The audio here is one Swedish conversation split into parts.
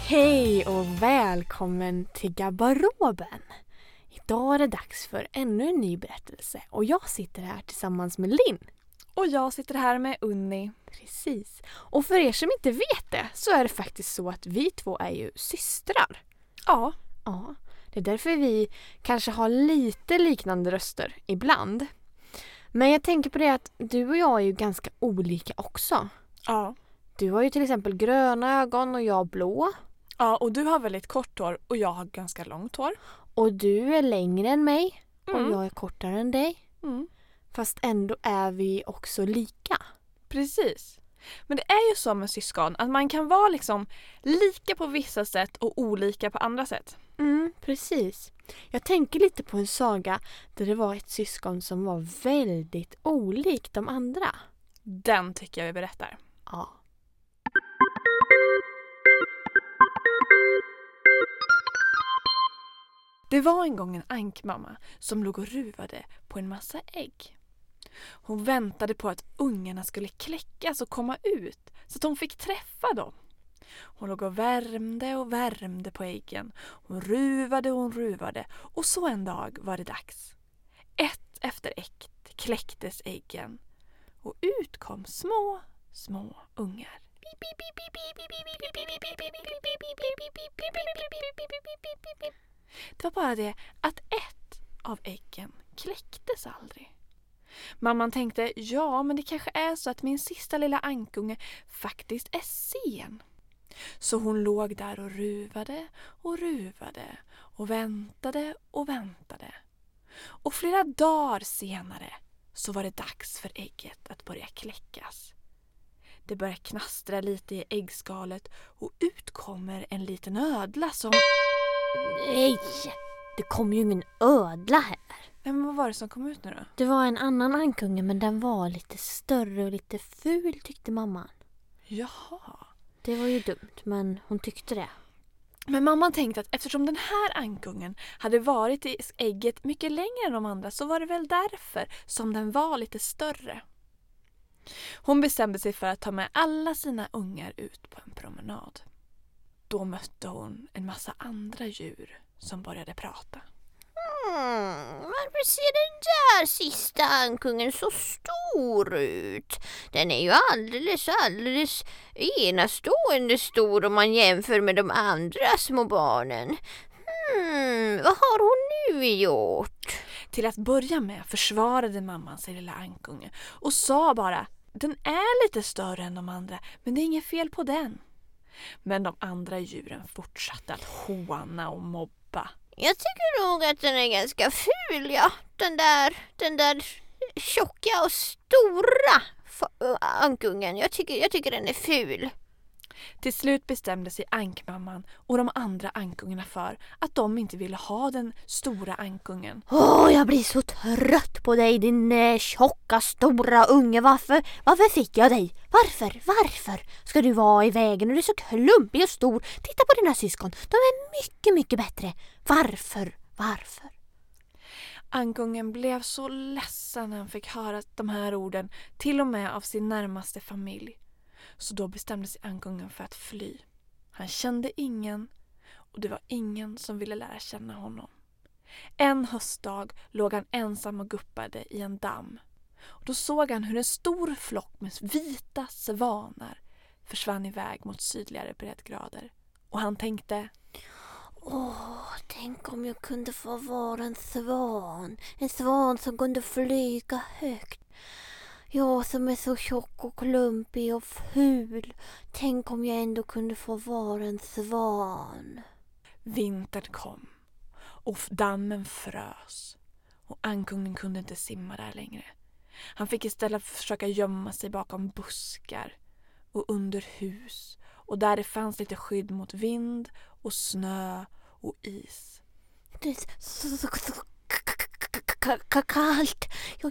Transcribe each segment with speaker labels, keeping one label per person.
Speaker 1: Hej och välkommen till Garderoben. Idag är det dags för ännu en ny berättelse och jag sitter här tillsammans med Linn.
Speaker 2: Och jag sitter här med Unni.
Speaker 1: Precis. Och för er som inte vet det så är det faktiskt så att vi två är ju systrar.
Speaker 2: Ja.
Speaker 1: Ja, det är därför vi kanske har lite liknande röster ibland. Men jag tänker på det att du och jag är ju ganska olika också.
Speaker 2: Ja.
Speaker 1: Du har ju till exempel gröna ögon och jag blå.
Speaker 2: Ja, och du har väldigt kort hår och jag har ganska långt hår.
Speaker 1: Och du är längre än mig och jag är kortare än dig.
Speaker 2: Mm.
Speaker 1: Fast ändå är vi också lika.
Speaker 2: Precis. Men det är ju så med syskon att man kan vara liksom lika på vissa sätt och olika på andra sätt.
Speaker 1: Precis. Jag tänker lite på en saga där det var ett syskon som var väldigt olikt de andra.
Speaker 2: Den tycker jag vi berättar.
Speaker 1: Ja.
Speaker 2: Det var en gång en ankmamma som låg och ruvade på en massa ägg. Hon väntade på att ungarna skulle kläckas och komma ut så att hon fick träffa dem. Hon låg och värmde på äggen. Hon ruvade och så en dag var det dags. Ett efter ett kläcktes äggen och ut kom små ungar. Det var bara det att ett av äggen kläcktes aldrig. Mamman tänkte, ja men det kanske är så att min sista lilla ankunge faktiskt är sen. Så hon låg där och ruvade och väntade. Och flera dagar senare så var det dags för ägget att börja kläckas. Det börjar knastra lite i äggskalet och ut kommer en liten ödla som...
Speaker 1: Nej, det kom ju ingen ödla här.
Speaker 2: Men vad var det som kom ut nu då?
Speaker 1: Det var en annan ankunge men den var lite större och lite ful tyckte mamman.
Speaker 2: Jaha.
Speaker 1: Det var ju dumt men hon tyckte det.
Speaker 2: Men mamman tänkte att eftersom den här ankungen hade varit i ägget mycket längre än de andra så var det väl därför som den var lite större. Hon bestämde sig för att ta med alla sina ungar ut på en promenad. Då mötte hon en massa andra djur som började prata.
Speaker 3: Varför ser den där sista ankungen så stor ut? Den är ju alldeles enastående stor om man jämför med de andra små barnen. Vad har hon nu gjort?
Speaker 2: Till att börja med försvarade mamman sin lilla ankunge och sa bara, den är lite större än de andra men det är inget fel på den. Men de andra djuren fortsatte att håna och mobba.
Speaker 3: Jag tycker nog att den är ganska ful, ja. Den där tjocka och stora ankungen. Jag tycker den är ful.
Speaker 2: Till slut bestämde sig ankmamman och de andra ankungarna för att de inte ville ha den stora ankungen.
Speaker 3: Jag blir så trött på dig, din tjocka stora unge. Varför fick jag dig? Varför ska du vara i vägen och du är så klumpig och stor? Titta på dina syskon, de är mycket bättre. Varför?
Speaker 2: Ankungen blev så ledsen när han fick höra de här orden, till och med av sin närmaste familj. Så då bestämde sig ankungen för att fly. Han kände ingen och det var ingen som ville lära känna honom. En höstdag låg han ensam och guppade i en damm. Och då såg han hur en stor flock med vita svanar försvann iväg mot sydligare breddgrader. Och han tänkte...
Speaker 3: Tänk om jag kunde få vara en svan som kunde flyga högt. Jag som är så tjock och klumpig och ful. Tänk om jag ändå kunde få vara en svan.
Speaker 2: Vintern kom och dammen frös och ankungen kunde inte simma där längre. Han fick istället försöka gömma sig bakom buskar och under hus och där det fanns lite skydd mot vind och snö och is.
Speaker 3: Det är så kallt.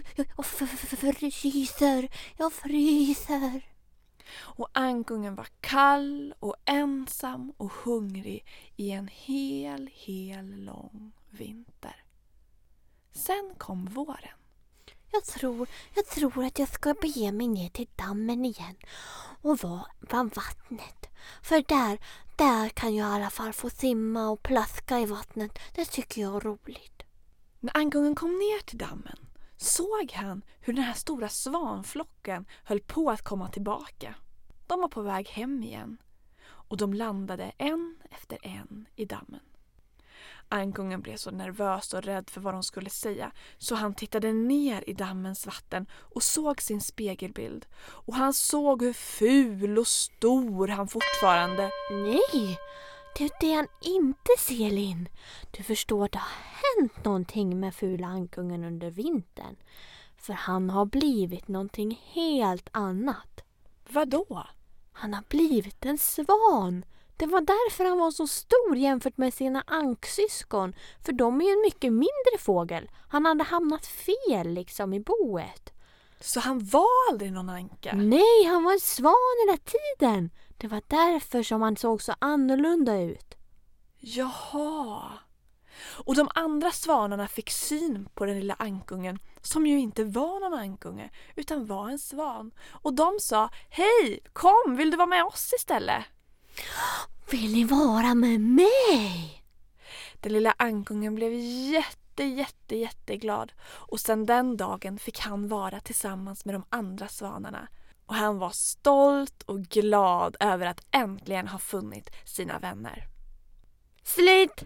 Speaker 3: Jag fryser.
Speaker 2: Och ankungen var kall och ensam och hungrig i en hel lång vinter. Sen kom våren.
Speaker 3: Jag tror att jag ska bege mig ner till dammen igen och vara vattnet. För där kan jag i alla fall få simma och plaska i vattnet. Det tycker jag är roligt.
Speaker 2: När ankungen kom ner till dammen såg han hur den här stora svanflocken höll på att komma tillbaka. De var på väg hem igen och de landade en efter en i dammen. Ankungen blev så nervös och rädd för vad de skulle säga så han tittade ner i dammens vatten och såg sin spegelbild. Och han såg hur ful och stor han fortfarande...
Speaker 3: Nej, det är det han inte ser, Linn. Du förstår, det har hänt någonting med fula ankungen under vintern. För han har blivit någonting helt annat.
Speaker 2: Vadå?
Speaker 3: Han har blivit en svan. Det var därför han var så stor jämfört med sina anksyskon. För de är ju en mycket mindre fågel. Han hade hamnat fel liksom i boet.
Speaker 2: Så han var aldrig någon anka?
Speaker 3: Nej, han var en svan hela tiden. Det var därför som han såg så annorlunda ut.
Speaker 2: Jaha. Och de andra svanarna fick syn på den lilla ankungen som ju inte var någon ankunge utan var en svan. Och de sa, hej, kom, vill du vara med oss istället?
Speaker 3: Vill ni vara med mig?
Speaker 2: Den lilla ankungen blev jätteglad och sedan den dagen fick han vara tillsammans med de andra svanarna. Och han var stolt och glad över att äntligen ha funnit sina vänner.
Speaker 3: Slut!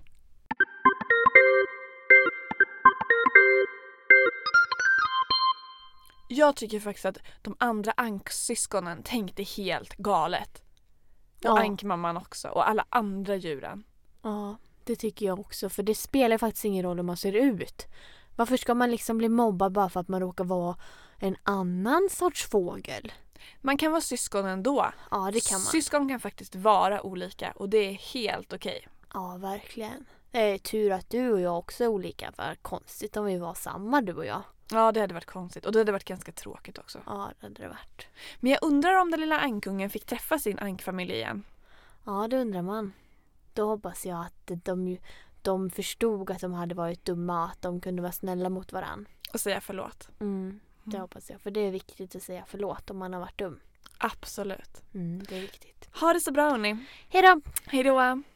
Speaker 2: Jag tycker faktiskt att de andra anksyskonen tänkte helt galet. Och
Speaker 1: Ja.
Speaker 2: ankmamman också. Och alla andra djuren.
Speaker 1: Ja, det tycker jag också. För det spelar faktiskt ingen roll hur man ser ut. Varför ska man liksom bli mobbad bara för att man råkar vara en annan sorts fågel?
Speaker 2: Man kan vara syskon ändå.
Speaker 1: Ja, det kan man.
Speaker 2: Syskon kan faktiskt vara olika. Och det är helt okej.
Speaker 1: Ja, verkligen. Det är tur att du och jag också är olika. För konstigt om vi var samma, du och jag.
Speaker 2: Ja, det hade varit konstigt. Och det hade varit ganska tråkigt också.
Speaker 1: Ja, det hade det varit.
Speaker 2: Men jag undrar om den lilla ankungen fick träffa sin ankfamilj igen.
Speaker 1: Ja, det undrar man. Då hoppas jag att de förstod att de hade varit dumma. Att de kunde vara snälla mot varann.
Speaker 2: Och säga förlåt.
Speaker 1: Det hoppas jag. För det är viktigt att säga förlåt om man har varit dum.
Speaker 2: Absolut.
Speaker 1: Det är viktigt.
Speaker 2: Ha det så bra, hörni.
Speaker 1: Hej då!
Speaker 2: Hej då!